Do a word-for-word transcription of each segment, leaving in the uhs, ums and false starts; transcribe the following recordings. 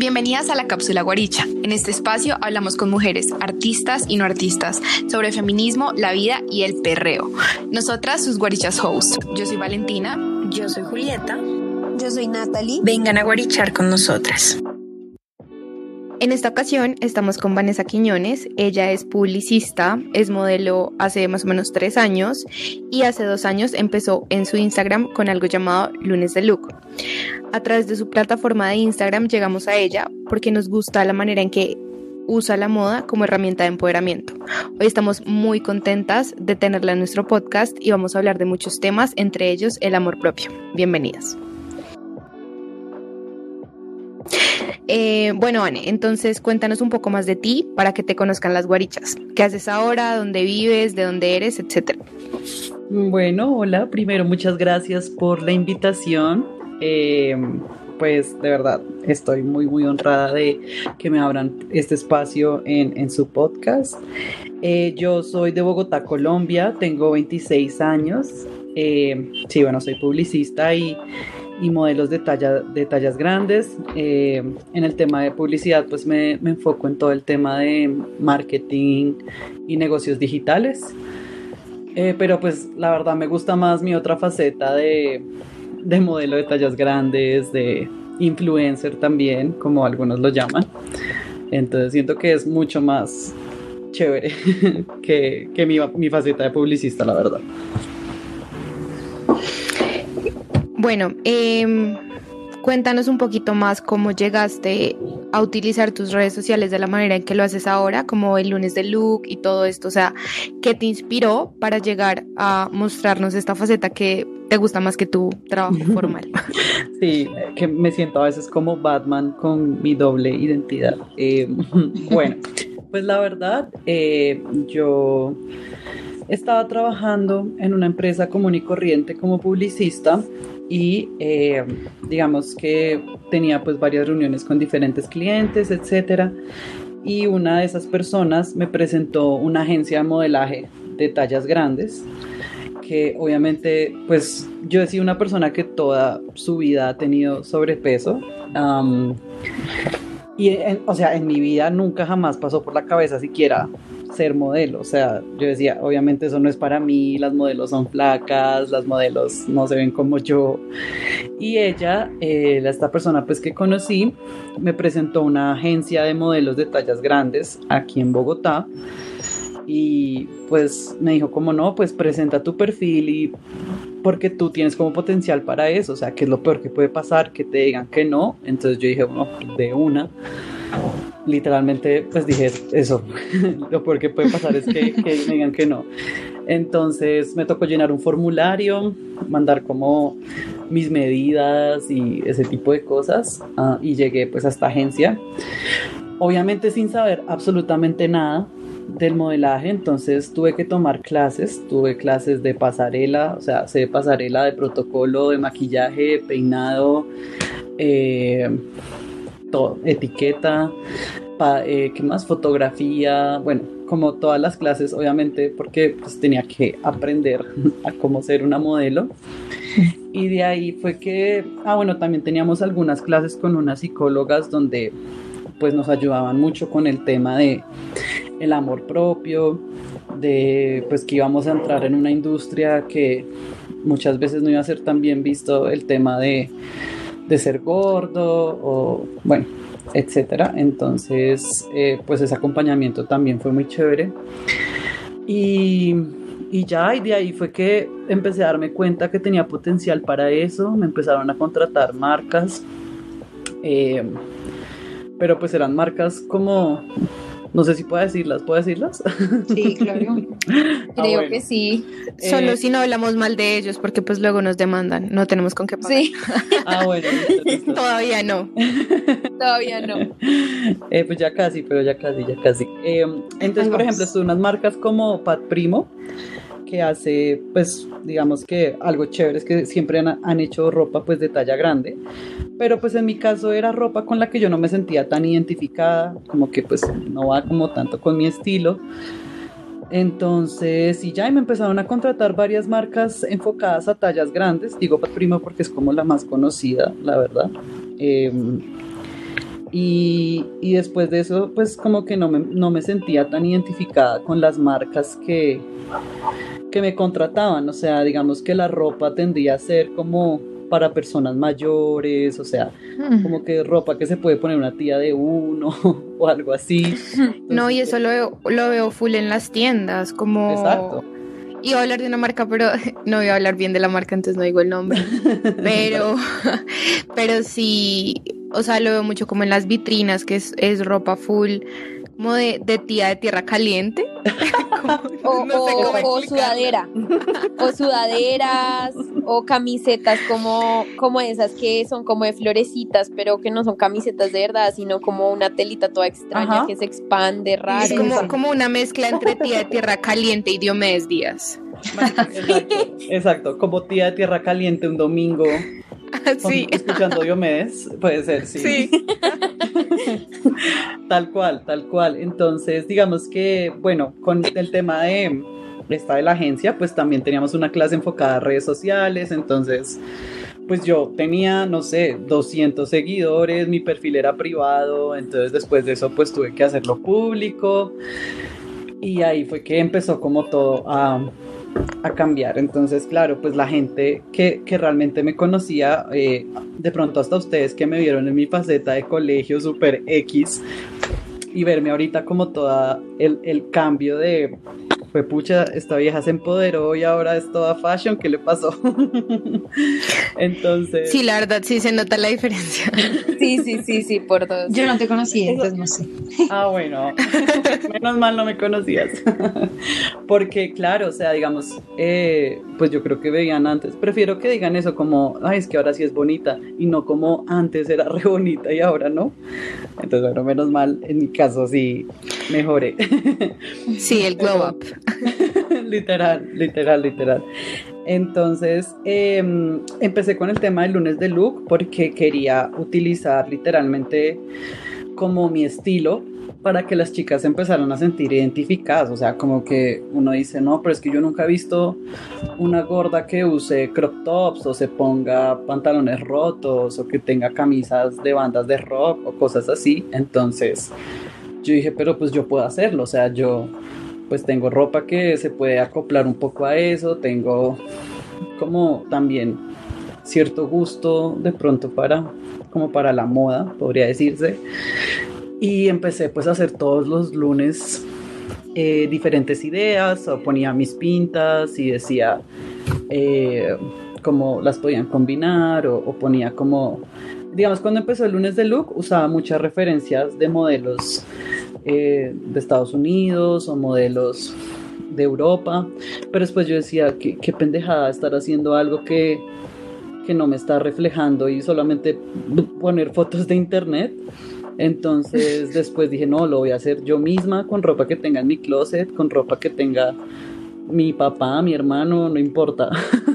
Bienvenidas a la Cápsula Guaricha. En este espacio hablamos con mujeres, artistas y no artistas, sobre feminismo, la vida y el perreo. Nosotras, sus guarichas hosts. Yo soy Valentina. Yo soy Julieta. Yo soy Natalie. Vengan a guarichar con nosotras. En esta ocasión estamos con Vanessa Quiñones. Ella es publicista, es modelo hace más o menos tres años y hace dos años empezó en su Instagram con algo llamado Lunes de Look. A través de su plataforma de Instagram llegamos a ella porque nos gusta la manera en que usa la moda como herramienta de empoderamiento. Hoy estamos muy contentas de tenerla en nuestro podcast y vamos a hablar de muchos temas, entre ellos el amor propio. Bienvenidas. Eh, bueno, Anne, entonces cuéntanos un poco más de ti para que te conozcan las guarichas. ¿Qué haces ahora? ¿Dónde vives? ¿De dónde eres? Etcétera. Bueno, hola. Primero, muchas gracias por la invitación. Eh, pues de verdad estoy muy muy honrada de que me abran este espacio en, en su podcast. Eh, yo soy de Bogotá, Colombia. Tengo veintiséis años. Eh, sí, bueno, soy publicista y y modelos de, talla, de tallas grandes. Eh, en el tema de publicidad, pues me, me enfoco en todo el tema de marketing y negocios digitales. Eh, pero pues la verdad me gusta más mi otra faceta de, de modelo de tallas grandes, de influencer también, como algunos lo llaman. Entonces siento que es mucho más chévere que, que mi, mi faceta de publicista, la verdad. Bueno, eh, cuéntanos un poquito más cómo llegaste a utilizar tus redes sociales de la manera en que lo haces ahora, como el Lunes de Look y todo esto. O sea, ¿qué te inspiró para llegar a mostrarnos esta faceta que te gusta más que tu trabajo formal? Sí, que me siento a veces como Batman con mi doble identidad. Eh, bueno, pues la verdad, eh, yo estaba trabajando en una empresa común y corriente como publicista. Y eh, digamos que tenía pues varias reuniones con diferentes clientes, etcétera. Y una de esas personas me presentó una agencia de modelaje de tallas grandes, que obviamente pues yo he sido una persona que toda su vida ha tenido sobrepeso. Um, y en, o sea, en mi vida nunca jamás pasó por la cabeza siquiera ser modelo. O sea, yo decía, obviamente eso no es para mí, las modelos son flacas, las modelos no se ven como yo. Y ella, eh, esta persona pues que conocí, me presentó una agencia de modelos de tallas grandes aquí en Bogotá. Y pues me dijo, como no, pues presenta tu perfil y porque tú tienes como potencial para eso. O sea, ¿qué es lo peor que puede pasar? Que te digan que no. Entonces yo dije, bueno, de una. Literalmente pues dije eso. Lo peor que puede pasar es que, que me digan que no. Entonces me tocó llenar un formulario, mandar como mis medidas y ese tipo de cosas, uh, y llegué pues a esta agencia, obviamente sin saber absolutamente nada del modelaje. Entonces tuve que tomar clases, tuve clases de pasarela, o sea, sé de pasarela, de protocolo, de maquillaje, peinado, eh, todo, etiqueta, pa, eh, ¿qué más? Fotografía, bueno, como todas las clases, obviamente, porque pues tenía que aprender a cómo ser una modelo. Y de ahí fue que, ah, bueno, también teníamos algunas clases con unas psicólogas donde pues nos ayudaban mucho con el tema de el amor propio, de pues que íbamos a entrar en una industria que muchas veces no iba a ser tan bien visto el tema de de ser gordo o bueno, etcétera. Entonces eh, pues ese acompañamiento también fue muy chévere y, y ya, y de ahí fue que empecé a darme cuenta que tenía potencial para eso. Me empezaron a contratar marcas, eh, pero pues eran marcas como, no sé si puedo decirlas, ¿puedo decirlas? Sí, claro. Creo ah, bueno. que sí. Eh, Solo si no hablamos mal de ellos, porque pues luego nos demandan, no tenemos con qué pagar. Sí. Ah, bueno. Listo, listo. Todavía no. Todavía no. Eh, pues ya casi, pero ya casi, ya casi. Eh, entonces, por ejemplo, son unas marcas como Pat Primo, que hace, pues, digamos que algo chévere es que siempre han, han hecho ropa, pues, de talla grande. Pero, pues, en mi caso era ropa con la que yo no me sentía tan identificada, como que, pues, no va como tanto con mi estilo. Entonces, y ya y me empezaron a contratar varias marcas enfocadas a tallas grandes. Digo Pat Primo porque es como la más conocida, la verdad. Eh, y, y después de eso pues como que no me, no me sentía tan identificada con las marcas que, que me contrataban, o sea, digamos que la ropa tendría a ser como para personas mayores, o sea, mm. como que ropa que se puede poner una tía de uno o algo así. Entonces, no, y eso lo veo, lo veo full en las tiendas, como... Exacto. Iba a hablar de una marca, pero no voy a hablar bien de la marca, entonces no digo el nombre. Pero, pero sí, o sea, lo veo mucho como en las vitrinas, que es, es ropa full, como de, de tía de tierra caliente. Como, o, no sé o, o sudadera, o sudaderas, o camisetas como, como esas que son como de florecitas, pero que no son camisetas de verdad, sino como una telita toda extraña. Ajá. Que se expande raro. Es como, como una mezcla entre tía de tierra caliente y Diomedes Díaz. Exacto, exacto, como tía de tierra caliente un domingo. Sí. Escuchando Diomedes, puede ser, sí. Sí. Tal cual, tal cual. Entonces, digamos que, bueno, con el tema de esta de la agencia, pues también teníamos una clase enfocada a redes sociales, entonces, pues yo tenía, no sé, doscientos seguidores, mi perfil era privado, entonces después de eso, pues tuve que hacerlo público, y ahí fue que empezó como todo a... a cambiar. Entonces, claro, pues la gente que, que realmente me conocía, eh, de pronto hasta ustedes que me vieron en mi faceta de colegio super X, y verme ahorita como toda el, el cambio de, fue pucha, esta vieja se empoderó y ahora es toda fashion, ¿qué le pasó? Entonces... Sí, la verdad, sí se nota la diferencia. Sí, sí, sí, sí, por dos. Yo no te conocí, entonces no sé. Ah, bueno, menos mal no me conocías. Porque, claro, o sea, digamos, eh, pues yo creo que veían antes, prefiero que digan eso como, ay, es que ahora sí es bonita, y no como antes era re bonita y ahora no. Entonces, bueno, menos mal, en mi caso sí mejoré. Sí, el glow up. Literal, literal, literal. Entonces eh, empecé con el tema del lunes de look porque quería utilizar literalmente como mi estilo para que las chicas empezaran a sentir identificadas, o sea, como que uno dice, no, pero es que yo nunca he visto una gorda que use crop tops o se ponga pantalones rotos o que tenga camisas de bandas de rock o cosas así. Entonces yo dije, pero pues yo puedo hacerlo, o sea, yo pues tengo ropa que se puede acoplar un poco a eso, tengo como también cierto gusto de pronto para, como para la moda, podría decirse, y empecé pues a hacer todos los lunes eh, diferentes ideas, o ponía mis pintas y decía eh, cómo las podían combinar, o, o ponía como, digamos, cuando empezó el lunes de look usaba muchas referencias de modelos Eh, de Estados Unidos o modelos de Europa, pero después yo decía, qué, qué pendejada estar haciendo algo que, que no me está reflejando y solamente poner fotos de internet. Entonces después dije, no, lo voy a hacer yo misma, con ropa que tenga en mi closet, con ropa que tenga mi papá, mi hermano, no importa.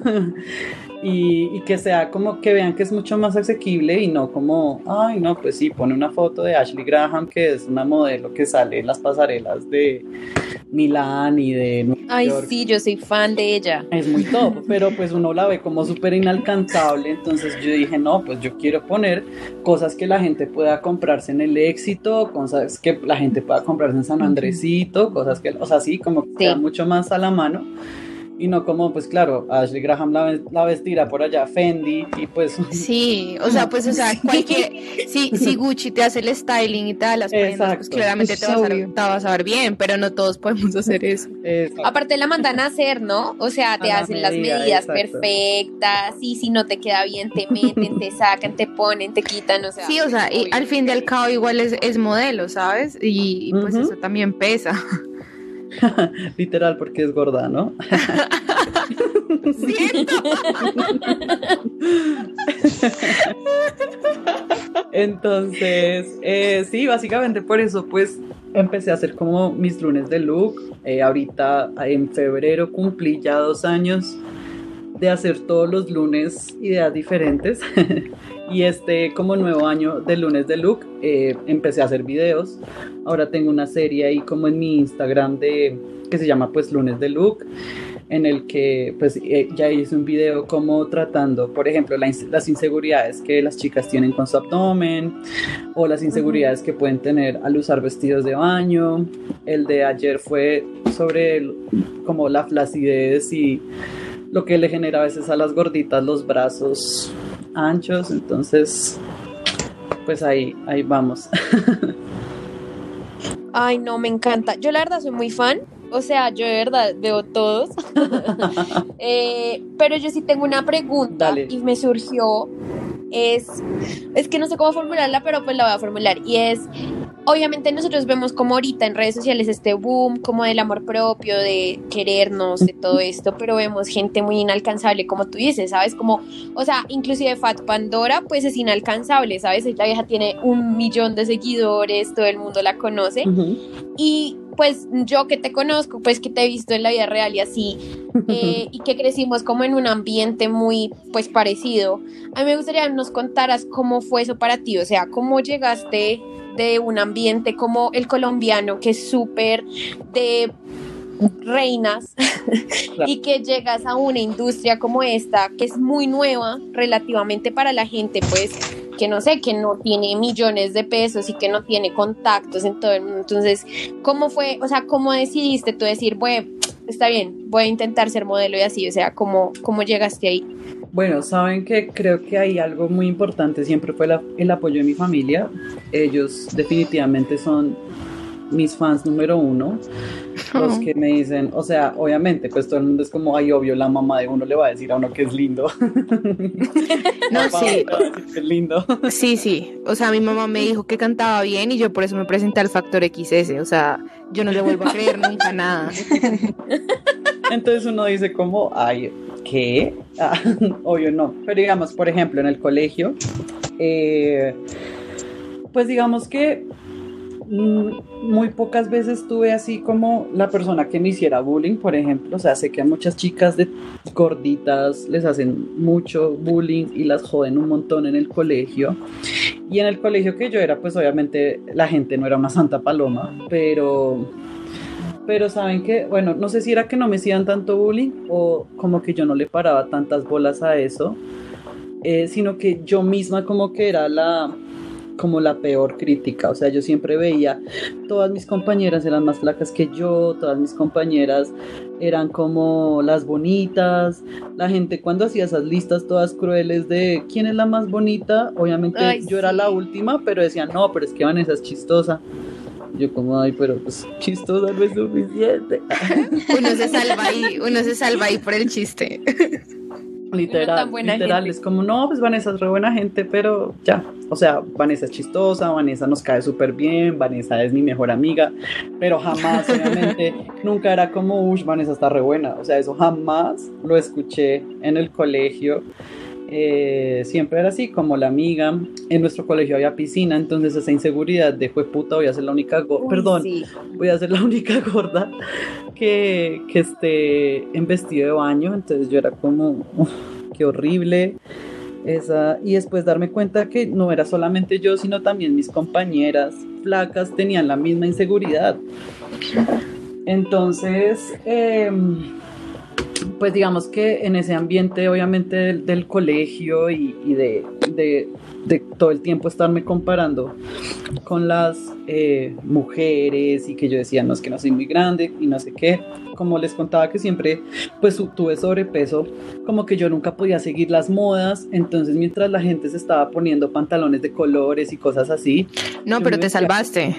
Y, y que sea como que vean que es mucho más asequible y no como, ay no, pues sí, pone una foto de Ashley Graham, que es una modelo que sale en las pasarelas de Milán y de Nueva Ay, York. Sí, yo soy fan de ella. Es muy top, pero pues uno la ve como súper inalcanzable, entonces yo dije, no, pues yo quiero poner cosas que la gente pueda comprarse en el Éxito, cosas que la gente pueda comprarse en San Andresito, cosas que, o sea, sí, como que sí, sea mucho más a la mano. Y no como, pues claro, Ashley Graham la, la vestirá por allá, Fendi, y pues... Sí, o sea, pues, o sea, cualquier... Si, si Gucci te hace el styling y tal, las prendas, pues claramente te vas, a, te vas a ver bien, pero no todos podemos hacer eso. Exacto. Aparte la mandan a hacer, ¿no? O sea, te a hacen la medida, las medidas exacto. perfectas, y si no te queda bien, te meten, te sacan, te ponen, te quitan, o sea... Sí, o sea, y al fin y al cabo igual es, es modelo, ¿sabes? Y, y pues uh-huh. eso también pesa. Literal, porque es gorda, ¿no? Siento. Entonces, eh, sí, básicamente por eso, pues, empecé a hacer como mis lunes de look. Eh, ahorita, en febrero, cumplí ya dos años de hacer todos los lunes ideas diferentes. Y este como nuevo año de lunes de look eh, empecé a hacer videos. Ahora tengo una serie ahí como en mi Instagram de que se llama pues lunes de look. en el que pues eh, ya hice un video como tratando, por ejemplo, la, las inseguridades que las chicas tienen con su abdomen o las inseguridades uh-huh. que pueden tener al usar vestidos de baño. El de ayer fue sobre el, como la flacidez y lo que le genera a veces a las gorditas los brazos anchos, entonces pues ahí, ahí vamos. Ay, no, me encanta. Yo la verdad soy muy fan. O sea, yo de verdad veo todos. eh, pero yo sí tengo una pregunta. Dale. Y me surgió. Es, es que no sé cómo formularla, pero pues la voy a formular. Y es, obviamente nosotros vemos como ahorita en redes sociales este boom, como del amor propio, de querernos, de todo esto, pero vemos gente muy inalcanzable, como tú dices, ¿sabes? Como, o sea, inclusive Fat Pandora, pues es inalcanzable, ¿sabes? La vieja tiene un millón de seguidores, todo el mundo la conoce. Uh-huh. Y pues yo que te conozco, pues que te he visto en la vida real y así, eh, y que crecimos como en un ambiente muy, pues, parecido. A mí me gustaría que nos contaras cómo fue eso para ti, o sea, cómo llegaste de un ambiente como el colombiano, que es súper de reinas, claro. Y que llegas a una industria como esta, que es muy nueva relativamente para la gente, pues, que no sé, que no tiene millones de pesos y que no tiene contactos en todo el mundo. Entonces, ¿cómo fue? O sea, ¿cómo decidiste tú decir, bueno, está bien, voy a intentar ser modelo y así? O sea, ¿cómo, cómo llegaste ahí? Bueno, saben que creo que hay algo muy importante, siempre fue la, el apoyo de mi familia. Ellos definitivamente son mis fans número uno, los que me dicen, o sea, obviamente, pues todo el mundo es como, ay, obvio, la mamá de uno le va a decir a uno que es lindo. No, sí. Que es lindo. Sí, sí, o sea, mi mamá me dijo que cantaba bien y yo por eso me presenté al Factor X S, o sea, yo no le vuelvo a creer nunca nada. Entonces uno dice como, ay, ¿qué? Ah, obvio no, pero digamos, por ejemplo, en el colegio, eh, pues digamos que muy pocas veces tuve así como la persona que me hiciera bullying, por ejemplo. O sea, sé que a muchas chicas de gorditas les hacen mucho bullying y las joden un montón en el colegio. Y en el colegio que yo era, pues obviamente la gente no era una santa paloma, pero... Pero saben que, bueno, no sé si era que no me hacían tanto bullying o como que yo no le paraba tantas bolas a eso, eh, sino que yo misma como que era la... como la peor crítica. O sea, yo siempre veía, todas mis compañeras eran más flacas que yo, todas mis compañeras eran como las bonitas, la gente cuando hacía esas listas todas crueles de quién es la más bonita, obviamente ay, yo sí. era la última, pero decían, no, pero es que Vanessa es chistosa. Yo como, ay, pero pues chistosa no es suficiente. Uno se salva ahí, uno se salva ahí por el chiste. Literal, literal, gente. Es como, no, pues Vanessa es re buena gente, pero ya, o sea, Vanessa es chistosa, Vanessa nos cae súper bien, Vanessa es mi mejor amiga, pero jamás, obviamente, nunca era como, uff, Vanessa está re buena, o sea, eso jamás lo escuché en el colegio. Eh, siempre era así, como la amiga. En nuestro colegio había piscina, entonces esa inseguridad de fue puta, voy a ser la única gorda, perdón, sí. voy a ser la única gorda que, que esté en vestido de baño. Entonces yo era como, uf, qué horrible esa. Y después darme cuenta que no era solamente yo, sino también mis compañeras flacas tenían la misma inseguridad. Entonces eh, pues digamos que en ese ambiente obviamente del, del colegio y, y de, de, de todo el tiempo estarme comparando con las eh, mujeres y que yo decía, no, es que no soy muy grande y no sé qué, como les contaba que siempre pues tuve sobrepeso, como que yo nunca podía seguir las modas, entonces mientras la gente se estaba poniendo pantalones de colores y cosas así. No, pero te decía, salvaste.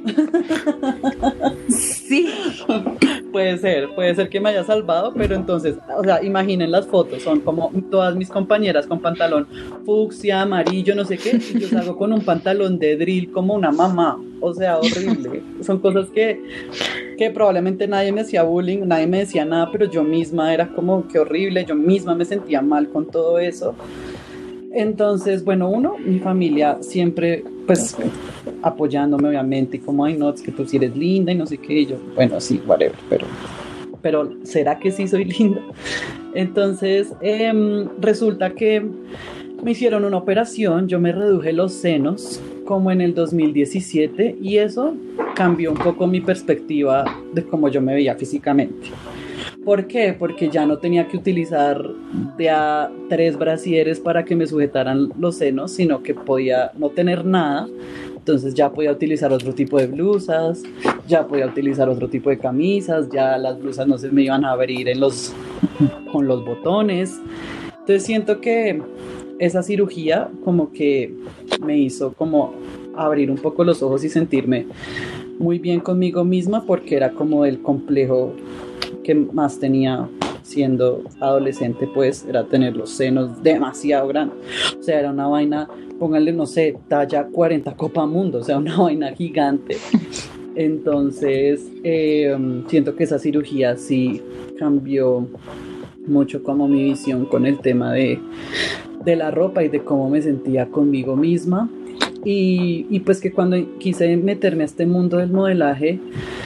Sí. Puede ser, puede ser que me haya salvado, pero entonces, o sea, imaginen las fotos, son como todas mis compañeras con pantalón fucsia, amarillo, no sé qué, y yo salgo con un pantalón de drill como una mamá, o sea, horrible. Son cosas que, que probablemente nadie me hacía bullying, nadie me decía nada, pero yo misma era como que horrible, yo misma me sentía mal con todo eso. Entonces, bueno, uno, mi familia siempre, pues, apoyándome obviamente, y como, ay, no, es que tú sí eres linda y no sé qué, y yo, bueno, sí, whatever, pero, pero ¿será que sí soy linda? Entonces, eh, resulta que me hicieron una operación, yo me reduje los senos como en el dos mil diecisiete y eso cambió un poco mi perspectiva de cómo yo me veía físicamente. ¿Por qué? Porque ya no tenía que utilizar de a tres brasieres para que me sujetaran los senos, sino que podía no tener nada. Entonces ya podía utilizar otro tipo de blusas, ya podía utilizar otro tipo de camisas, ya las blusas no se me iban a abrir en los, con los botones. Entonces siento que esa cirugía como que me hizo como abrir un poco los ojos y sentirme muy bien conmigo misma, porque era como el complejo que más tenía siendo adolescente, pues era tener los senos demasiado grandes. O sea, era una vaina, pónganle, no sé, talla cuarenta Copa Mundo, o sea, una vaina gigante. Entonces, eh, siento que esa cirugía sí cambió mucho como mi visión con el tema de, de la ropa y de cómo me sentía conmigo misma. Y, y pues que cuando quise meterme a este mundo del modelaje,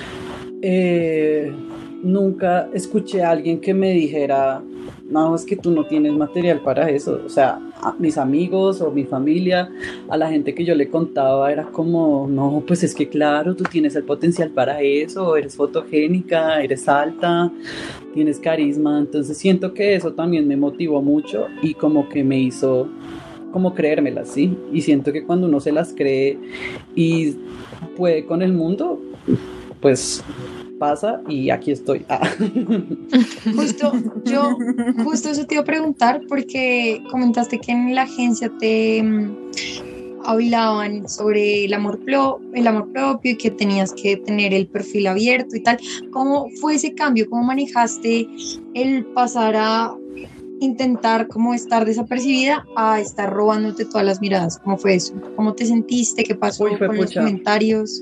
eh, nunca escuché a alguien que me dijera, no, es que tú no tienes material para eso. O sea, a mis amigos o mi familia, a la gente que yo le contaba, era como, no, pues es que claro, tú tienes el potencial para eso, eres fotogénica, eres alta, tienes carisma. Entonces siento que eso también me motivó mucho y como que me hizo como creérmelas, ¿sí? Y siento que cuando uno se las cree y puede con el mundo, pues pasa y aquí estoy. Ah. Justo, yo, justo eso te iba a preguntar, porque comentaste que en la agencia te um, hablaban sobre el amor, pro, el amor propio y que tenías que tener el perfil abierto y tal. ¿Cómo fue ese cambio? ¿Cómo manejaste el pasar a intentar como estar desapercibida a estar robándote todas las miradas? ¿Cómo fue eso? ¿Cómo te sentiste? ¿Qué pasó Uy, con pucha. los comentarios?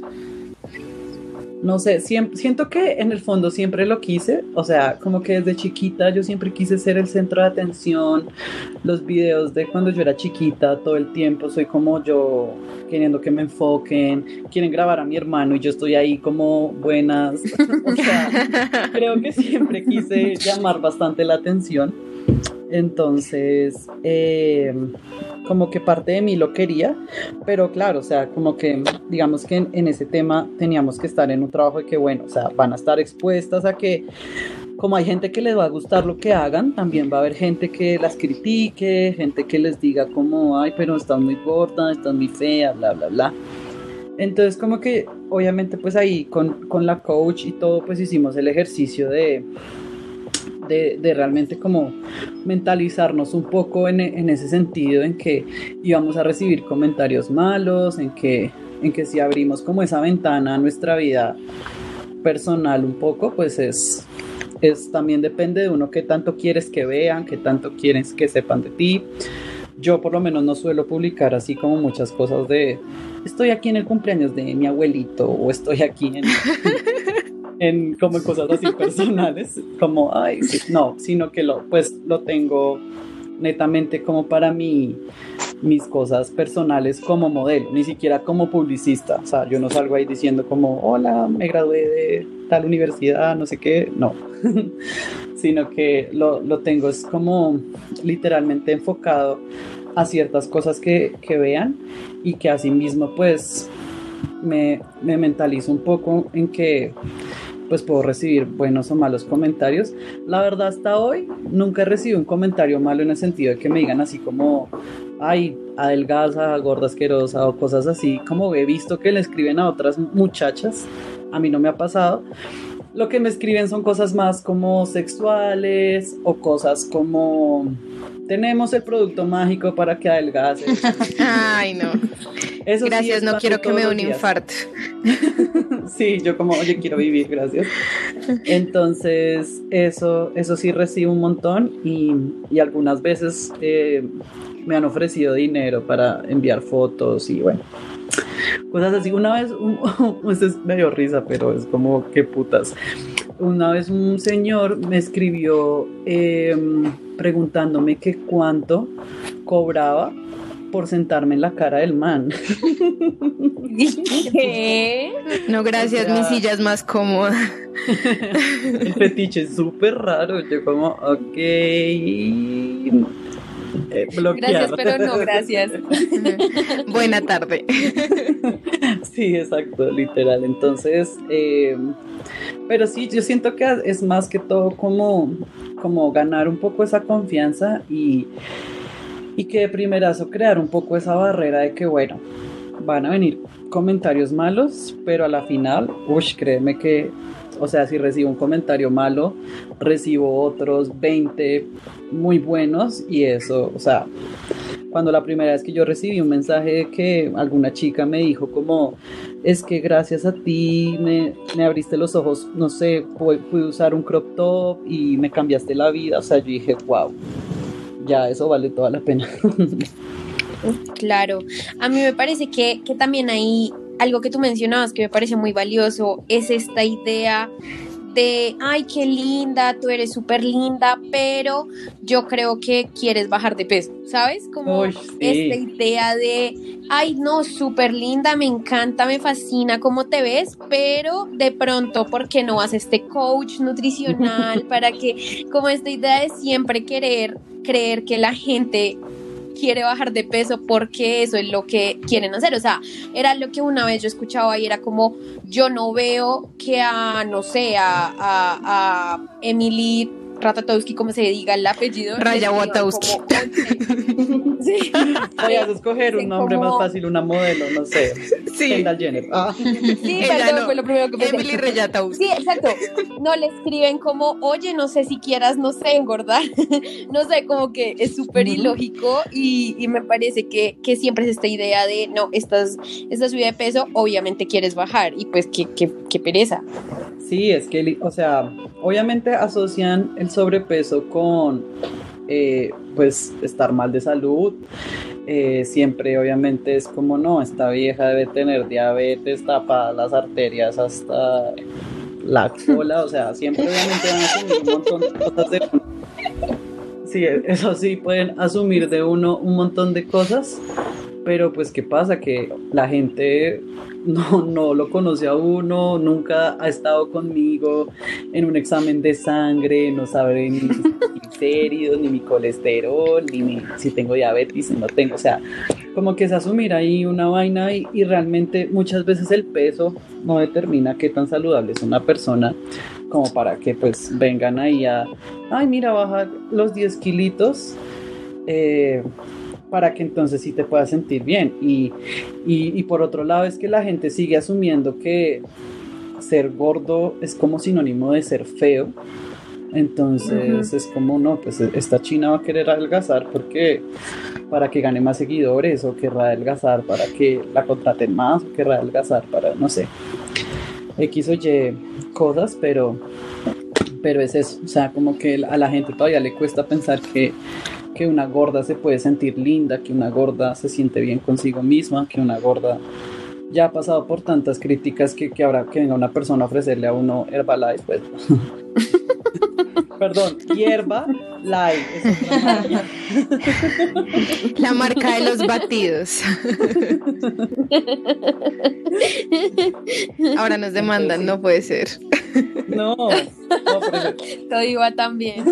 No sé, siempre, siento que en el fondo siempre lo quise, o sea, como que desde chiquita yo siempre quise ser el centro de atención. Los videos de cuando yo era chiquita, todo el tiempo soy como yo, queriendo que me enfoquen, quieren grabar a mi hermano y yo estoy ahí como buenas. O sea, creo que siempre quise llamar bastante la atención. Entonces, eh, como que parte de mí lo quería, pero claro, o sea, como que digamos que en, en ese tema teníamos que estar en un trabajo de que, bueno, o sea, van a estar expuestas a que, como hay gente que les va a gustar lo que hagan, también va a haber gente que las critique, gente que les diga como, ay, pero estás muy gorda, estás muy fea, bla, bla, bla. Entonces, como que, obviamente, pues ahí con, con la coach y todo, pues hicimos el ejercicio de... De, de realmente como mentalizarnos un poco en, en ese sentido, en que íbamos a recibir comentarios malos, en que, en que si abrimos como esa ventana a nuestra vida personal un poco, pues es, es también depende de uno qué tanto quieres que vean, qué tanto quieres que sepan de ti. Yo por lo menos no suelo publicar así como muchas cosas de estoy aquí en el cumpleaños de mi abuelito o estoy aquí en... en como cosas así personales, como, ay, sí, no, sino que lo, pues lo tengo netamente como para mí, mis cosas personales como modelo, ni siquiera como publicista. O sea, yo no salgo ahí diciendo como, hola, me gradué de tal universidad, no sé qué, no, sino que lo, lo tengo es como literalmente enfocado a ciertas cosas que, que vean y que asimismo pues me, me mentalizo un poco en que pues puedo recibir buenos o malos comentarios. La verdad, hasta hoy nunca he recibido un comentario malo en el sentido de que me digan así como, ay, adelgaza, gorda, asquerosa o cosas así, como he visto que le escriben a otras muchachas. A mí no me ha pasado. Lo que me escriben son cosas más como sexuales o cosas como tenemos el producto mágico para que adelgaces. Ay, no. Eso gracias, sí, no quiero que me dé un infarto. Sí, yo como, oye, quiero vivir, gracias. Entonces, eso, eso sí recibo un montón y, y algunas veces eh, me han ofrecido dinero para enviar fotos y bueno, cosas así. Una vez, un, esto es medio risa, pero es como, qué putas. Una vez un señor me escribió eh, preguntándome que cuánto cobraba por sentarme en la cara del man. ¿Qué? No, gracias, o sea, mi silla es más cómoda. El fetiche es súper raro. Yo como, ok. Eh, gracias, pero no, gracias. Buena tarde. Sí, exacto, literal. Entonces, eh, pero sí, yo siento que es más que todo como, como ganar un poco esa confianza y, y que de primerazo crear un poco esa barrera de que, bueno, van a venir comentarios malos, pero a la final, uy, créeme que, o sea, si recibo un comentario malo, recibo otros veinte muy buenos y eso, o sea, cuando la primera vez que yo recibí un mensaje de que alguna chica me dijo como, es que gracias a ti me, me abriste los ojos, no sé, pude usar un crop top y me cambiaste la vida, o sea, yo dije, wow, ya eso vale toda la pena. Claro, a mí me parece que, que también hay algo que tú mencionabas que me parece muy valioso, es esta idea de, ay, qué linda, tú eres súper linda, pero yo creo que quieres bajar de peso, ¿sabes? Como Uy, sí. Esta idea de, ay, no, súper linda, me encanta, me fascina cómo te ves, pero de pronto, ¿por qué no haces este coach nutricional? Para que, como esta idea de siempre querer, creer que la gente quiere bajar de peso porque eso es lo que quieren hacer, o sea, era lo que una vez yo escuchaba y era como, yo no veo que a, no sé, a, a, a Emily Ratatowski, como se diga el apellido. Rayawatowski. Sí. Podrías escoger un Sí, nombre como... más fácil, una modelo, no sé. Sí. Kendall Jenner. Ah. Sí, Ella perdón, no. fue lo primero que pensé. Emily Rayatowski. Sí, exacto. No, le escriben como, oye, no sé si quieras, no sé, engordar. No sé, como que es súper Uh-huh. ilógico y, y me parece que, que siempre es esta idea de, no, estás, esta subida de peso, obviamente quieres bajar y pues qué, qué, qué pereza. Sí, es que, o sea, obviamente asocian el sobrepeso con, eh, pues, estar mal de salud. Eh, siempre, obviamente, es como, no, esta vieja debe tener diabetes, tapadas las arterias hasta la cola, o sea, siempre, obviamente, van a asumir un montón de cosas de uno. Sí, eso sí, pueden asumir de uno un montón de cosas, pero pues, ¿qué pasa? Que la gente no, no lo conoce a uno, nunca ha estado conmigo en un examen de sangre, no sabe ni mis triglicéridos, ni mi colesterol, ni mi, si tengo diabetes, si no tengo, o sea, como que es asumir ahí una vaina y, y realmente muchas veces el peso no determina qué tan saludable es una persona, como para que pues vengan ahí a, ay, mira, baja los diez kilitos, eh, para que entonces sí te puedas sentir bien. Y, y, y por otro lado es que la gente sigue asumiendo que ser gordo es como sinónimo de ser feo. Entonces uh-huh. es como, no, pues esta china va a querer adelgazar porque para que gane más seguidores, o querrá adelgazar para que la contraten más, o querrá adelgazar para, no sé, X o Y cosas, pero, pero es eso, o sea, como que a la gente todavía le cuesta pensar que que una gorda se puede sentir linda, que una gorda se siente bien consigo misma, que una gorda ya ha pasado por tantas críticas que, que habrá que venga una persona a ofrecerle a uno Herbalife, pues. Perdón, Hierba Life. La marca de los batidos. Ahora nos demandan, no puede ser. No, no, pero... todo iba también.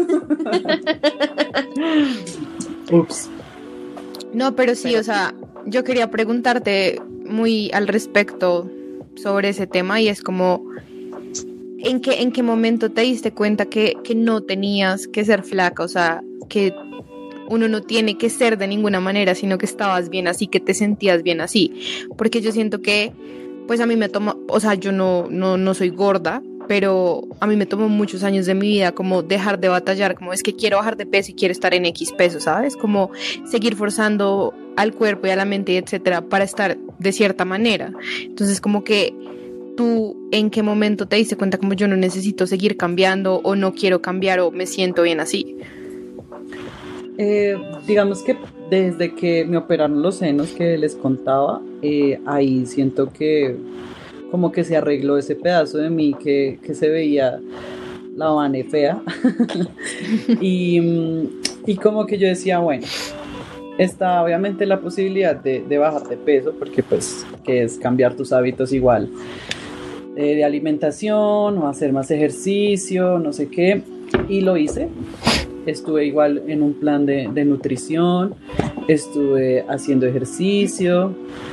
Ups. No, pero sí, pero... o sea, yo quería preguntarte muy al respecto sobre ese tema y es como, ¿en qué, en qué momento te diste cuenta que, que no tenías que ser flaca? O sea, que uno no tiene que ser de ninguna manera, sino que estabas bien así, que te sentías bien así. Porque yo siento que, pues a mí me tomó, o sea, yo no, no, no soy gorda, pero a mí me tomó muchos años de mi vida como dejar de batallar, como es que quiero bajar de peso y quiero estar en X peso, ¿sabes? Como seguir forzando al cuerpo y a la mente, etcétera, para estar de cierta manera. Entonces, como que tú, ¿en qué momento te diste cuenta como yo no necesito seguir cambiando o no quiero cambiar o me siento bien así? Eh, digamos que desde que me operaron los senos que les contaba, eh, ahí siento que como que se arregló ese pedazo de mí que, que se veía la Vane fea y, y como que yo decía, bueno, está obviamente la posibilidad de, de bajar de peso, porque pues que es cambiar tus hábitos igual eh, de alimentación o hacer más ejercicio, no sé qué, y lo hice. Estuve igual en un plan de, de nutrición, estuve haciendo ejercicio,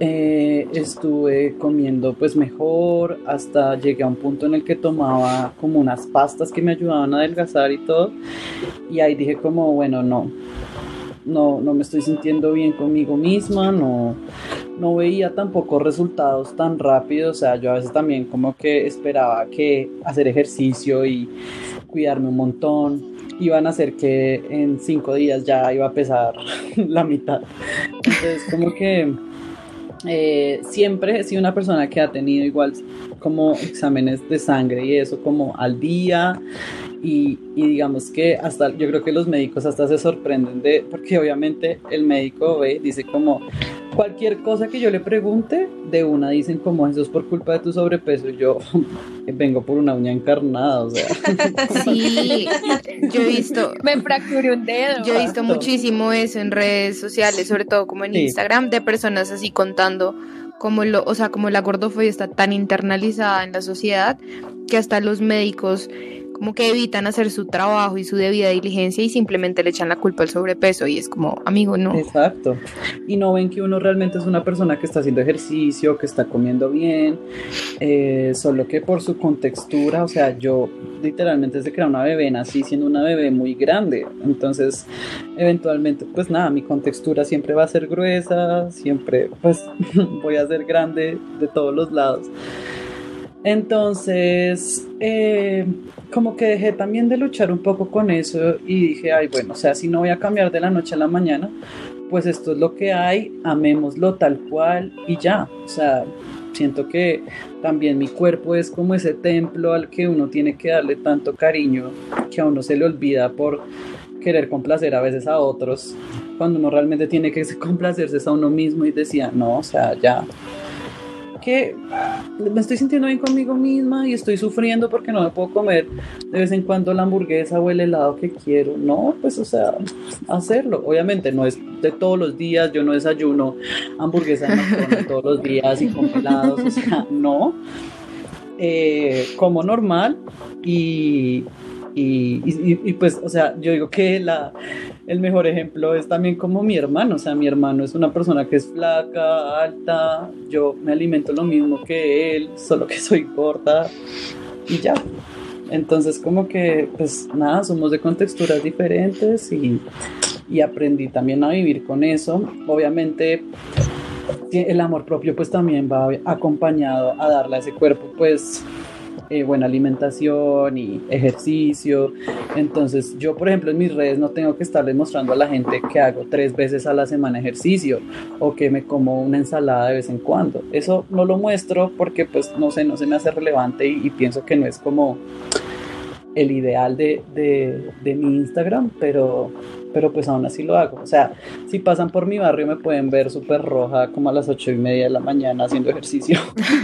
eh, estuve comiendo pues mejor, hasta llegué a un punto en el que tomaba como unas pastas que me ayudaban a adelgazar y todo, y ahí dije como, bueno, no, no, no me estoy sintiendo bien conmigo misma, no, no veía tampoco resultados tan rápidos, o sea, yo a veces también como que esperaba que hacer ejercicio y cuidarme un montón iban a hacer que en cinco días ya iba a pesar la mitad. Entonces como que eh, siempre he sido una persona que ha tenido igual como exámenes de sangre y eso como al día. Y, y digamos que hasta yo creo que los médicos hasta se sorprenden de, porque obviamente el médico ve, dice como cualquier cosa que yo le pregunte, de una dicen como eso es por culpa de tu sobrepeso, y yo vengo por una uña encarnada, o sea. Sí, yo he visto, me fracturé un dedo. Yo he visto muchísimo eso en redes sociales, sobre todo como en sí. Instagram, de personas así contando como lo, o sea, como la gordofobia está tan internalizada en la sociedad que hasta los médicos como que evitan hacer su trabajo y su debida diligencia y simplemente le echan la culpa al sobrepeso y es como, amigo, no. Exacto. Y no ven que uno realmente es una persona que está haciendo ejercicio, que está comiendo bien, eh, solo que por su contextura, o sea, yo literalmente desde que era una bebé nací siendo una bebé muy grande, entonces eventualmente, pues nada, mi contextura siempre va a ser gruesa, siempre pues voy a ser grande de todos los lados. Entonces, eh, como que dejé también de luchar un poco con eso y dije, ay, bueno, o sea, si no voy a cambiar de la noche a la mañana, pues esto es lo que hay, amémoslo tal cual y ya. O sea, siento que también mi cuerpo es como ese templo al que uno tiene que darle tanto cariño que a uno se le olvida por querer complacer a veces a otros, cuando uno realmente tiene que complacerse a uno mismo y decía, no, o sea, ya. Que me estoy sintiendo bien conmigo misma y estoy sufriendo porque no me puedo comer de vez en cuando la hamburguesa o el helado que quiero. No, pues o sea, hacerlo. Obviamente no es de todos los días, yo no desayuno hamburguesa de McDonald's todos los días y como helados, o sea, no. Eh, como normal y... Y, y, y pues, o sea, yo digo que la, el mejor ejemplo es también como mi hermano, o sea, mi hermano es una persona que es flaca, alta, yo me alimento lo mismo que él, solo que soy gorda y ya. Entonces como que, pues nada, somos de contexturas diferentes y, y aprendí también a vivir con eso. Obviamente el amor propio pues también va acompañado a darle a ese cuerpo pues Eh, buena alimentación y ejercicio. Entonces yo por ejemplo en mis redes no tengo que estarle mostrando a la gente que hago tres veces a la semana ejercicio o que me como una ensalada de vez en cuando. Eso no lo muestro porque pues no sé, no se me hace relevante y, y pienso que no es como el ideal de, de, de mi Instagram, pero, pero pues aún así lo hago. O sea, si pasan por mi barrio me pueden ver súper roja como a las ocho y media de la mañana haciendo ejercicio.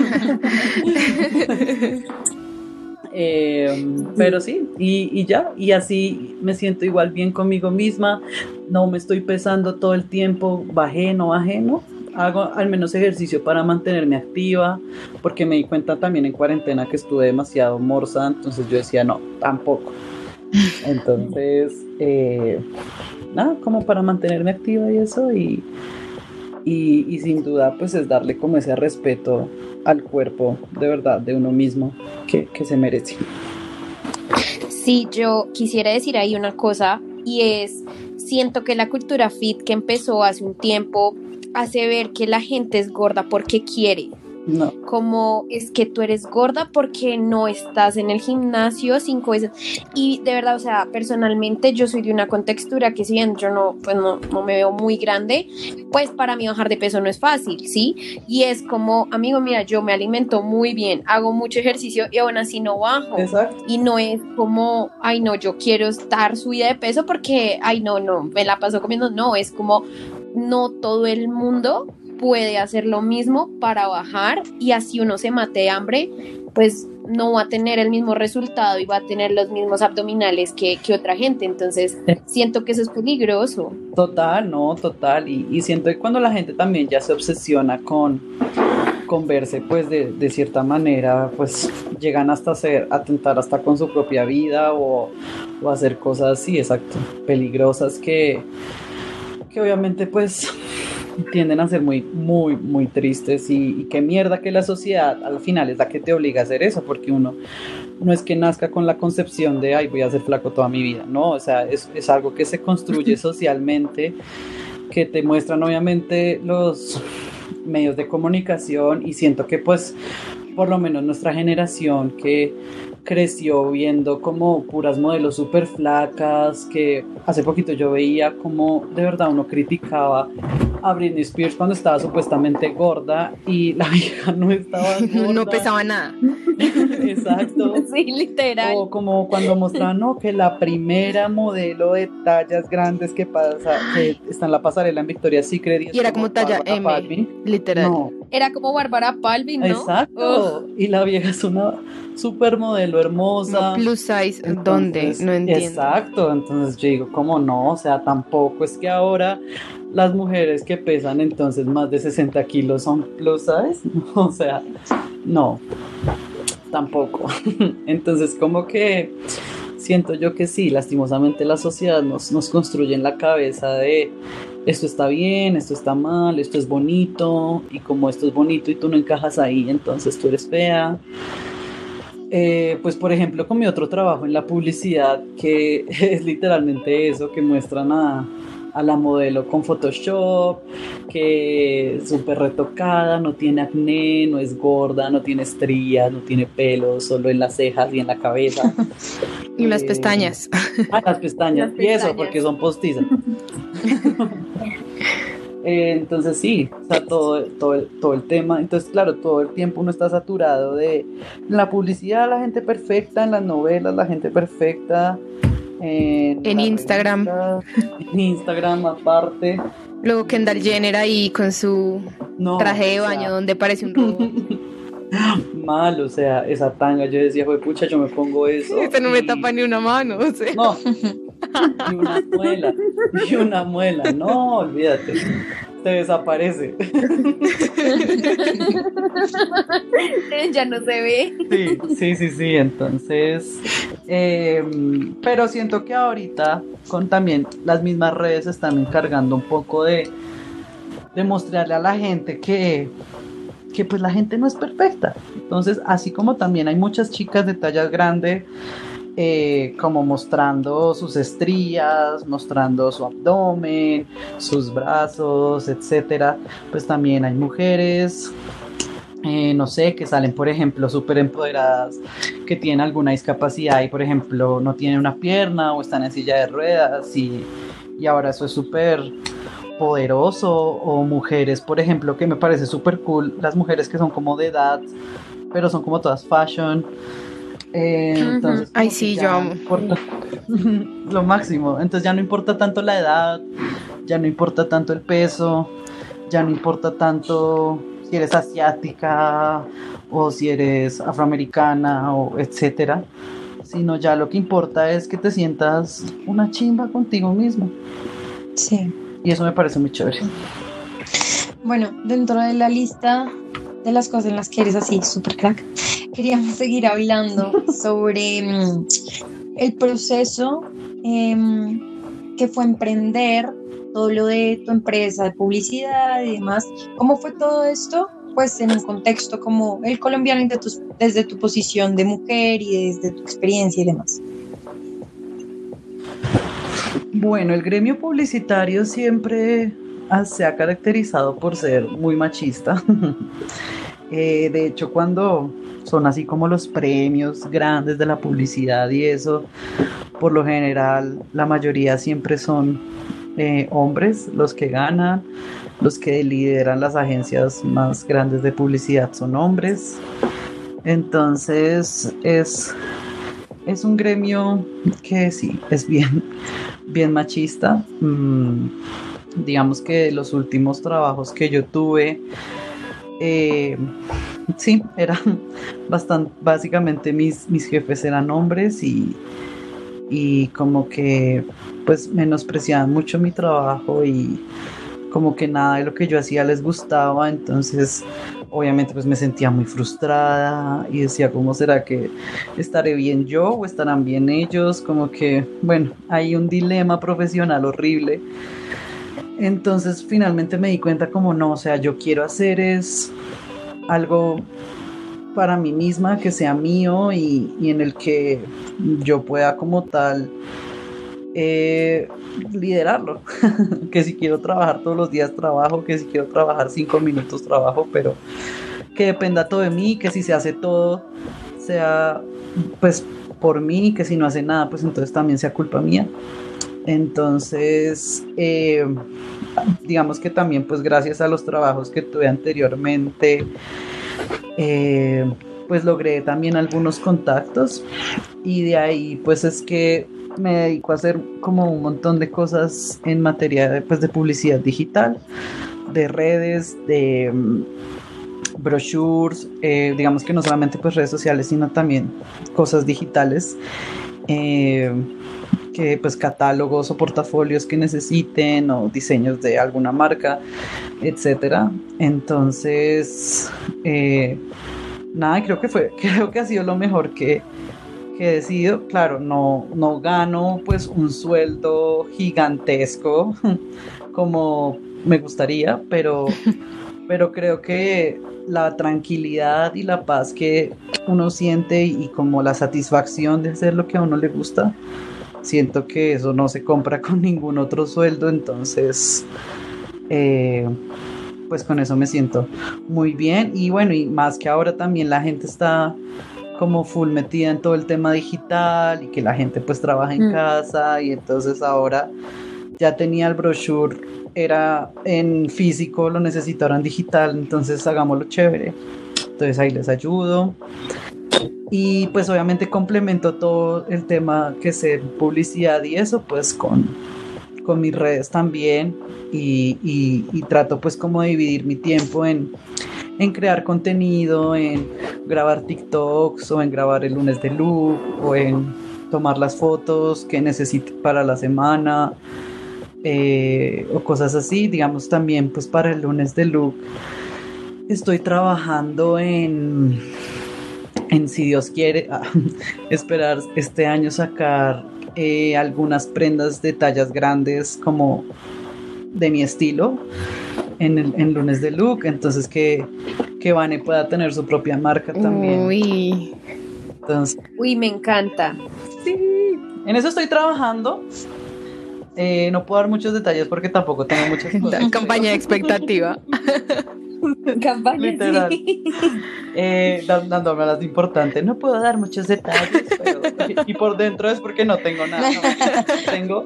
eh, pero sí, y, y ya, y así me siento igual bien conmigo misma, no me estoy pesando todo el tiempo, bajé, no bajé, no. Hago al menos ejercicio para mantenerme activa, porque me di cuenta también en cuarentena que estuve demasiado morsa, entonces yo decía, no, tampoco. Entonces, eh, nada, como para mantenerme activa y eso, y, y, y sin duda, pues es darle como ese respeto al cuerpo, de verdad, de uno mismo, que, que se merece. Sí, yo quisiera decir ahí una cosa, y es, siento que la cultura fit que empezó hace un tiempo hace ver que la gente es gorda porque quiere. No. Como es que tú eres gorda porque no estás en el gimnasio cinco veces. Y de verdad, o sea, personalmente yo soy de una contextura que si bien yo no, pues no, no me veo muy grande, pues para mí bajar de peso no es fácil, ¿sí? Y es como, amigo, mira, yo me alimento muy bien, hago mucho ejercicio y aún así no bajo. Exacto. Y no es como, ay no, yo quiero estar subida de peso porque, ay no, no, me la paso comiendo. No, es como, no todo el mundo puede hacer lo mismo para bajar y así uno se mate de hambre, pues no va a tener el mismo resultado y va a tener los mismos abdominales que, que otra gente. Entonces siento que eso es peligroso. Total, no, total. Y, y siento que cuando la gente también ya se obsesiona con, con verse, pues de, de cierta manera, pues llegan hasta hacer, atentar hasta con su propia vida o, o hacer cosas así, exacto, peligrosas que, que obviamente pues tienden a ser muy, muy, muy tristes y, y qué mierda que la sociedad al final es la que te obliga a hacer eso, porque uno no es que nazca con la concepción de, ay, voy a ser flaco toda mi vida, no, o sea, es, es algo que se construye socialmente, que te muestran obviamente los medios de comunicación y siento que pues por lo menos nuestra generación que creció viendo como puras modelos súper flacas, que hace poquito yo veía como de verdad uno criticaba a Britney Spears cuando estaba supuestamente gorda y la vieja no estaba gorda. No pesaba nada. Exacto. Sí, literal. O como cuando mostraban, no, que la primera modelo de tallas grandes que pasa, que está en la pasarela en Victoria's Secret. Y, y era como talla Bárbara M, Palvin. literal. No. Era como Bárbara Palvin, ¿no? Exacto. Ugh. Y la vieja es una supermodelo hermosa. No, plus size, Entonces, ¿dónde? No entiendo. Exacto, entonces yo digo, ¿cómo no? O sea, tampoco es que ahora las mujeres que pesan entonces más de sesenta kilos son plus size. O sea, no, tampoco. Entonces como que siento yo que sí, lastimosamente la sociedad nos, nos construye en la cabeza de esto está bien, esto está mal, esto es bonito, y como esto es bonito y tú no encajas ahí, entonces tú eres fea. Eh, pues por ejemplo con mi otro trabajo en la publicidad, que es literalmente eso, que muestran a, a la modelo con Photoshop, que es súper retocada, no tiene acné, no es gorda, no tiene estrías, no tiene pelo, solo en las cejas y en la cabeza. Y las eh, pestañas. Ah, las pestañas, Las y eso, pestañas. porque son postizas. Eh, entonces sí, o sea, todo, todo, el, todo el tema, entonces claro, todo el tiempo uno está saturado de la publicidad, la gente perfecta, en las novelas, la gente perfecta, en, En Instagram. revistas, en Instagram aparte. Luego Kendall Jenner ahí con su No, traje de o sea, baño donde parece un robot. mal, o sea, esa tanga, yo decía, joder, pucha, yo me pongo eso. Este no me y- tapa ni una mano, o sea. No, ni una muela, ni una muela, no, olvídate, se desaparece. Ya no se ve. Sí, sí, sí, sí, entonces, eh, pero siento que ahorita con también las mismas redes se están encargando un poco de, de mostrarle a la gente que, que pues la gente no es perfecta. Entonces, así como también hay muchas chicas de tallas grandes, eh, como mostrando sus estrías, mostrando su abdomen, sus brazos, etcétera, pues también hay mujeres, eh, no sé, que salen, por ejemplo, súper empoderadas, que tienen alguna discapacidad y, por ejemplo, no tienen una pierna o están en silla de ruedas y, y ahora eso es súper poderoso. O mujeres, por ejemplo, que me parece súper cool, las mujeres que son como de edad, pero son como todas fashion. Eh, Ujú. entonces, Ay, como sí, que yo ya amo. no importa lo máximo, entonces ya no importa tanto la edad, ya no importa tanto el peso, ya no importa tanto si eres asiática o si eres afroamericana o etcétera, sino ya lo que importa es que te sientas una chimba contigo mismo, Sí. y eso me parece muy chévere. Bueno, dentro de la lista de las cosas en las que eres así, súper crack, queríamos seguir hablando sobre mm, el proceso em, que fue emprender todo lo de tu empresa de publicidad y demás. ¿Cómo fue todo esto? Pues en un contexto como el colombiano y de tus- desde tu posición de mujer y desde tu experiencia y demás. Bueno, el gremio publicitario siempre ah, se ha caracterizado por ser muy machista. Eh, de hecho, cuando son así como los premios grandes de la publicidad y eso, por lo general, la mayoría siempre son eh, hombres los que ganan, los que lideran las agencias más grandes de publicidad son hombres. Entonces, es, es un gremio que sí, es bien, bien machista. Mm, digamos que los últimos trabajos que yo tuve, eh, sí, eran bastante, básicamente mis, mis jefes eran hombres y, y como que pues menospreciaban mucho mi trabajo y como que nada de lo que yo hacía les gustaba, entonces obviamente pues me sentía muy frustrada y decía, ¿cómo será que estaré bien yo o estarán bien ellos? Como que, bueno, hay un dilema profesional horrible. entonces finalmente me di cuenta como no, o sea, yo quiero hacer es algo para mí misma, que sea mío y, y en el que yo pueda como tal eh, liderarlo. Que si quiero trabajar todos los días trabajo, que si quiero trabajar cinco minutos trabajo, pero que dependa todo de mí, que si se hace todo sea pues por mí, que si no hace nada pues entonces también sea culpa mía. Entonces eh, digamos que también pues gracias a los trabajos que tuve anteriormente eh, pues logré también algunos contactos y de ahí pues es que me dedico a hacer como un montón de cosas en materia de, pues, de publicidad digital, de redes, de um, brochures, eh, digamos que no solamente pues redes sociales sino también cosas digitales, eh, que pues catálogos o portafolios que necesiten o diseños de alguna marca, etcétera. Entonces eh, nada, creo que fue creo que ha sido lo mejor que, que he decidido. Claro, no, no gano pues un sueldo gigantesco como me gustaría, pero pero creo que la tranquilidad y la paz que uno siente y como la satisfacción de hacer lo que a uno le gusta, siento que eso no se compra con ningún otro sueldo. Entonces eh, pues con eso me siento muy bien. Y bueno, y más que ahora también la gente está como full metida en todo el tema digital y que la gente pues trabaja en mm. casa, y entonces ahora ya tenía el brochure, era en físico, lo necesitaron digital, entonces hagámoslo chévere. Entonces ahí les ayudo. Y pues obviamente complemento todo el tema que sé publicidad y eso pues con, con mis redes también, y, y, y trato pues como de dividir mi tiempo en, en crear contenido, en grabar TikToks o en grabar el lunes de look o en tomar las fotos que necesite para la semana, eh, o cosas así. Digamos también pues para el lunes de look estoy trabajando en en si Dios quiere ah, esperar este año sacar eh, algunas prendas de tallas grandes como de mi estilo en el en lunes de look, entonces que que Vane pueda tener su propia marca también. Uy, entonces, uy, me encanta. Sí, en eso estoy trabajando. Eh, no puedo dar muchos detalles porque tampoco tengo muchas cosas. Campaña de expectativa. Campaña, literal. Sí. Eh, dándome las importantes. No puedo dar muchos detalles, pero y por dentro es porque no tengo nada. No, tengo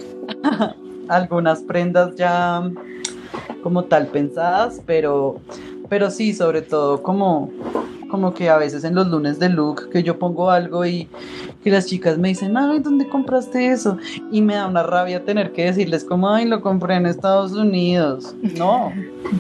algunas prendas ya como tal pensadas, pero, pero sí, sobre todo como, como que a veces en los lunes de look que yo pongo algo y que las chicas me dicen, ay, ¿dónde compraste eso? Y me da una rabia tener que decirles como, ay, lo compré en Estados Unidos. No.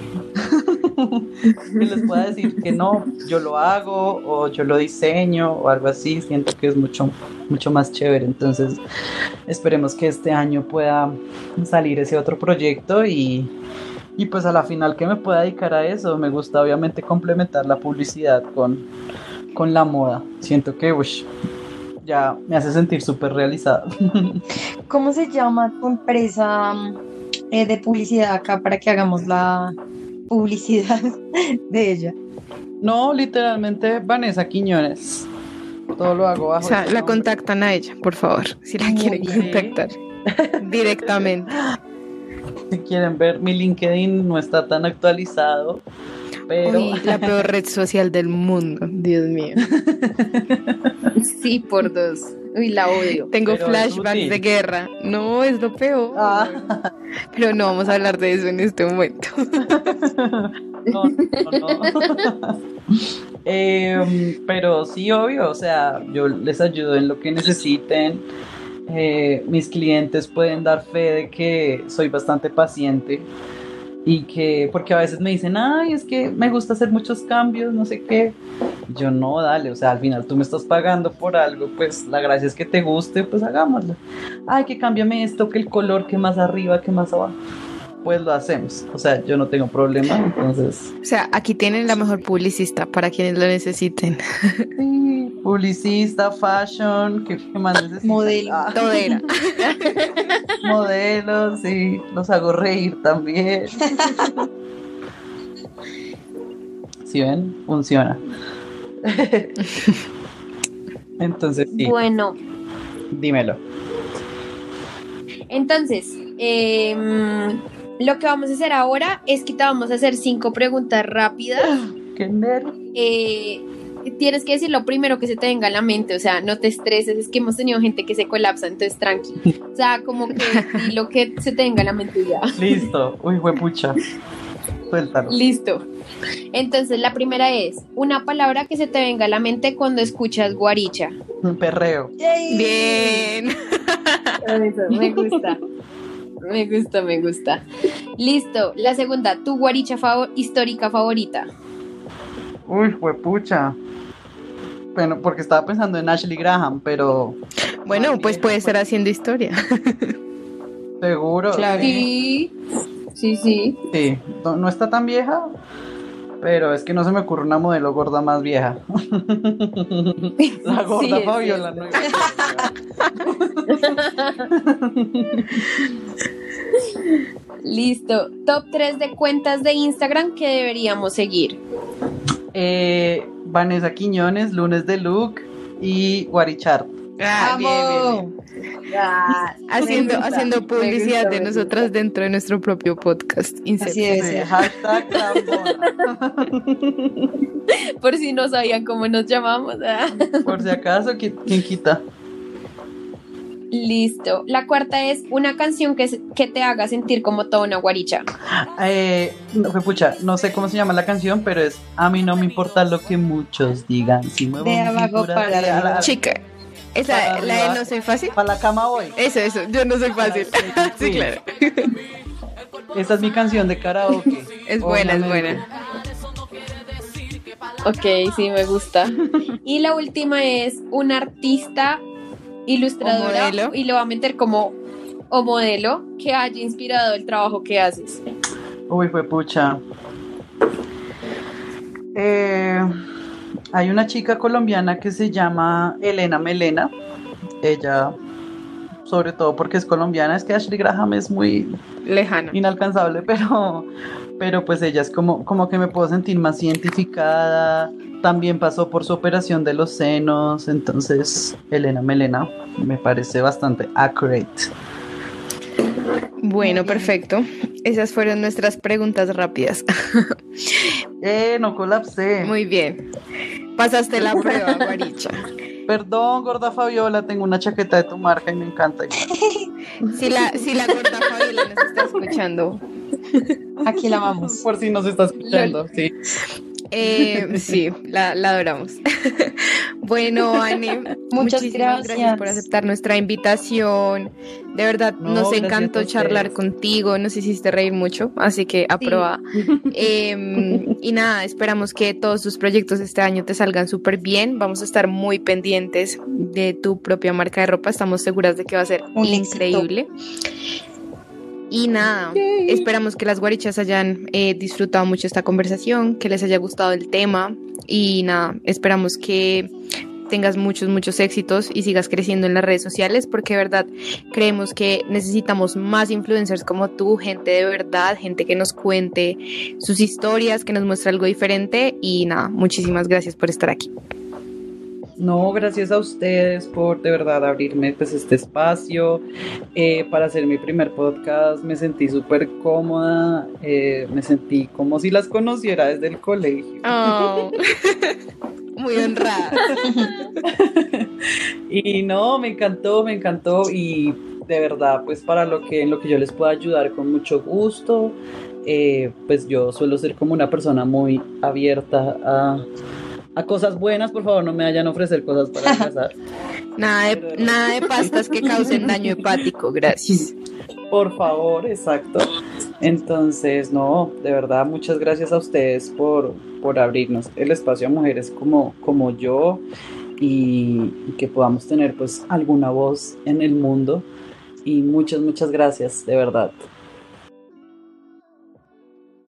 Que les pueda decir que no, yo lo hago o yo lo diseño o algo así, siento que es mucho, mucho más chévere. Entonces esperemos que este año pueda salir ese otro proyecto y, y pues a la final que me pueda dedicar a eso. Me gusta obviamente complementar la publicidad con, con la moda. Siento que uy, ya me hace sentir súper realizada. ¿Cómo se llama tu empresa eh, de publicidad acá para que hagamos la publicidad de ella? No, literalmente Vanessa Quiñones. Todo lo hago bajo. O sea, la contactan a ella, por favor, si la quieren contactar directamente. Si quieren ver, mi LinkedIn no está tan actualizado, pero... Uy, la peor red social del mundo, Dios mío. Sí, por dos. Uy, la odio. Tengo pero flashbacks de guerra. No, es lo peor. Ah. Pero no vamos a hablar de eso en este momento. No, no, no. eh, pero sí, obvio, o sea, yo les ayudo en lo que necesiten. Eh, mis clientes pueden dar fe de que soy bastante paciente y que, porque a veces me dicen, ay, es que me gusta hacer muchos cambios, no sé qué. Yo no, dale, o sea, al final tú me estás pagando por algo, pues la gracia es que te guste, pues hagámoslo. Ay, que cámbiame esto, que el color, que más arriba, que más abajo. Pues lo hacemos, o sea, yo no tengo problema, entonces... O sea, aquí tienen la mejor publicista para quienes lo necesiten. Sí, Publicista, fashion, ¿qué, qué más necesitas? Modelo. Ah, Todera. modelos, sí, los hago reír también. ¿Sí ven? Funciona. Entonces, sí, Bueno, dímelo. entonces, em, lo que vamos a hacer ahora es que te vamos a hacer cinco preguntas rápidas. Qué nervio. Eh, tienes que decir lo primero que se te venga a la mente, o sea, no te estreses, es que hemos tenido gente que se colapsa, entonces tranqui. O sea, como que di lo que se te venga a la mente y ya. Listo. Uy, huepucha. Suéltalo. Listo. Entonces, la primera es una palabra que se te venga a la mente cuando escuchas guaricha. Un perreo. Bien. Eso, me gusta. Me gusta, me gusta. Listo. La segunda, tu guaricha favo- histórica favorita. Uy, huepucha. Bueno, porque estaba pensando en Ashley Graham, pero Bueno, pues puede ser haciendo historia. seguro. Claro. Sí. Sí, sí. Sí, no, no está tan vieja, pero es que no se me ocurre una modelo gorda más vieja. La gorda Sí, es Fabiola, cierto. no. Listo. Top tres de cuentas de Instagram que deberíamos seguir. eh, Vanessa Quiñones, Lunes de Look y Guarichart. Ah, bien, bien, ¡Vamos! bien. Ah, Haciendo, me gusta, haciendo me publicidad gusta, de me nosotras gusta. dentro de nuestro propio podcast. Inception. Así debe Sí, ser. hashtag Lambona. Por si no sabían cómo nos llamamos. ah. Por si acaso, ¿qui- ¿quién quita? Listo. La cuarta es una canción que, se- que te haga sentir como toda una guaricha. Eh, no, pucha, no sé cómo se llama la canción, pero es A mí no me importa lo que muchos digan. Si muevo De mi abajo cintura para hacia arriba. la- Chica, esa, Para la de arriba. no soy fácil. Para la cama voy. Eso, eso, yo no soy fácil. Sí, claro. Esa es mi canción de karaoke. Es buena, es obviamente. buena. Ok, sí, me gusta. Y la última es una artista ilustradora O modelo. y lo va a meter como o modelo que haya inspirado el trabajo que haces. Uy, fue pucha. Eh, hay una chica colombiana que se llama Elena Melena. Ella, sobre todo porque es colombiana, es que Ashley Graham es muy Lejana. inalcanzable, pero, pero pues ella es como, como que me puedo sentir más identificada. También pasó por su operación de los senos, entonces Elena Melena me parece bastante accurate. Bueno, perfecto. Esas fueron nuestras preguntas rápidas. Eh, no colapsé. Muy bien. Pasaste la prueba, Guaricha. Perdón, gorda Fabiola, tengo una chaqueta de tu marca y me encanta. Si la, si la gorda Fabiola nos está escuchando. Aquí la vamos. Por si nos está escuchando, sí. Eh, sí, la, la adoramos. Bueno, Anne, Muchas muchísimas gracias. gracias. por aceptar nuestra invitación. De verdad, No, nos gracias encantó a ustedes. charlar contigo. Nos hiciste reír mucho, así que aprobada. Eh, y nada, esperamos que todos tus proyectos este año te salgan súper bien. Vamos a estar muy pendientes de tu propia marca de ropa. Estamos seguras de que va a ser Un increíble. Y nada, esperamos que las guarichas hayan eh, disfrutado mucho esta conversación, que les haya gustado el tema y nada, esperamos que tengas muchos, muchos éxitos y sigas creciendo en las redes sociales porque de verdad creemos que necesitamos más influencers como tú, gente de verdad, gente que nos cuente sus historias, que nos muestre algo diferente y nada, muchísimas gracias por estar aquí. No, gracias a ustedes por de verdad abrirme pues este espacio eh, para hacer mi primer podcast. Me sentí súper cómoda, eh, me sentí como si las conociera desde el colegio. Oh, muy honrada. Y no, me encantó, me encantó y de verdad pues para lo que en lo que yo les pueda ayudar con mucho gusto. Eh, pues yo suelo ser como una persona muy abierta a A cosas buenas, por favor, no me vayan a ofrecer cosas para adelgazar. Nada de, nada de pastas que causen daño hepático, gracias. Por favor, exacto. Entonces, no, de verdad, muchas gracias a ustedes por, por abrirnos el espacio a mujeres como, como yo y, y que podamos tener pues alguna voz en el mundo. Y muchas, muchas gracias, de verdad.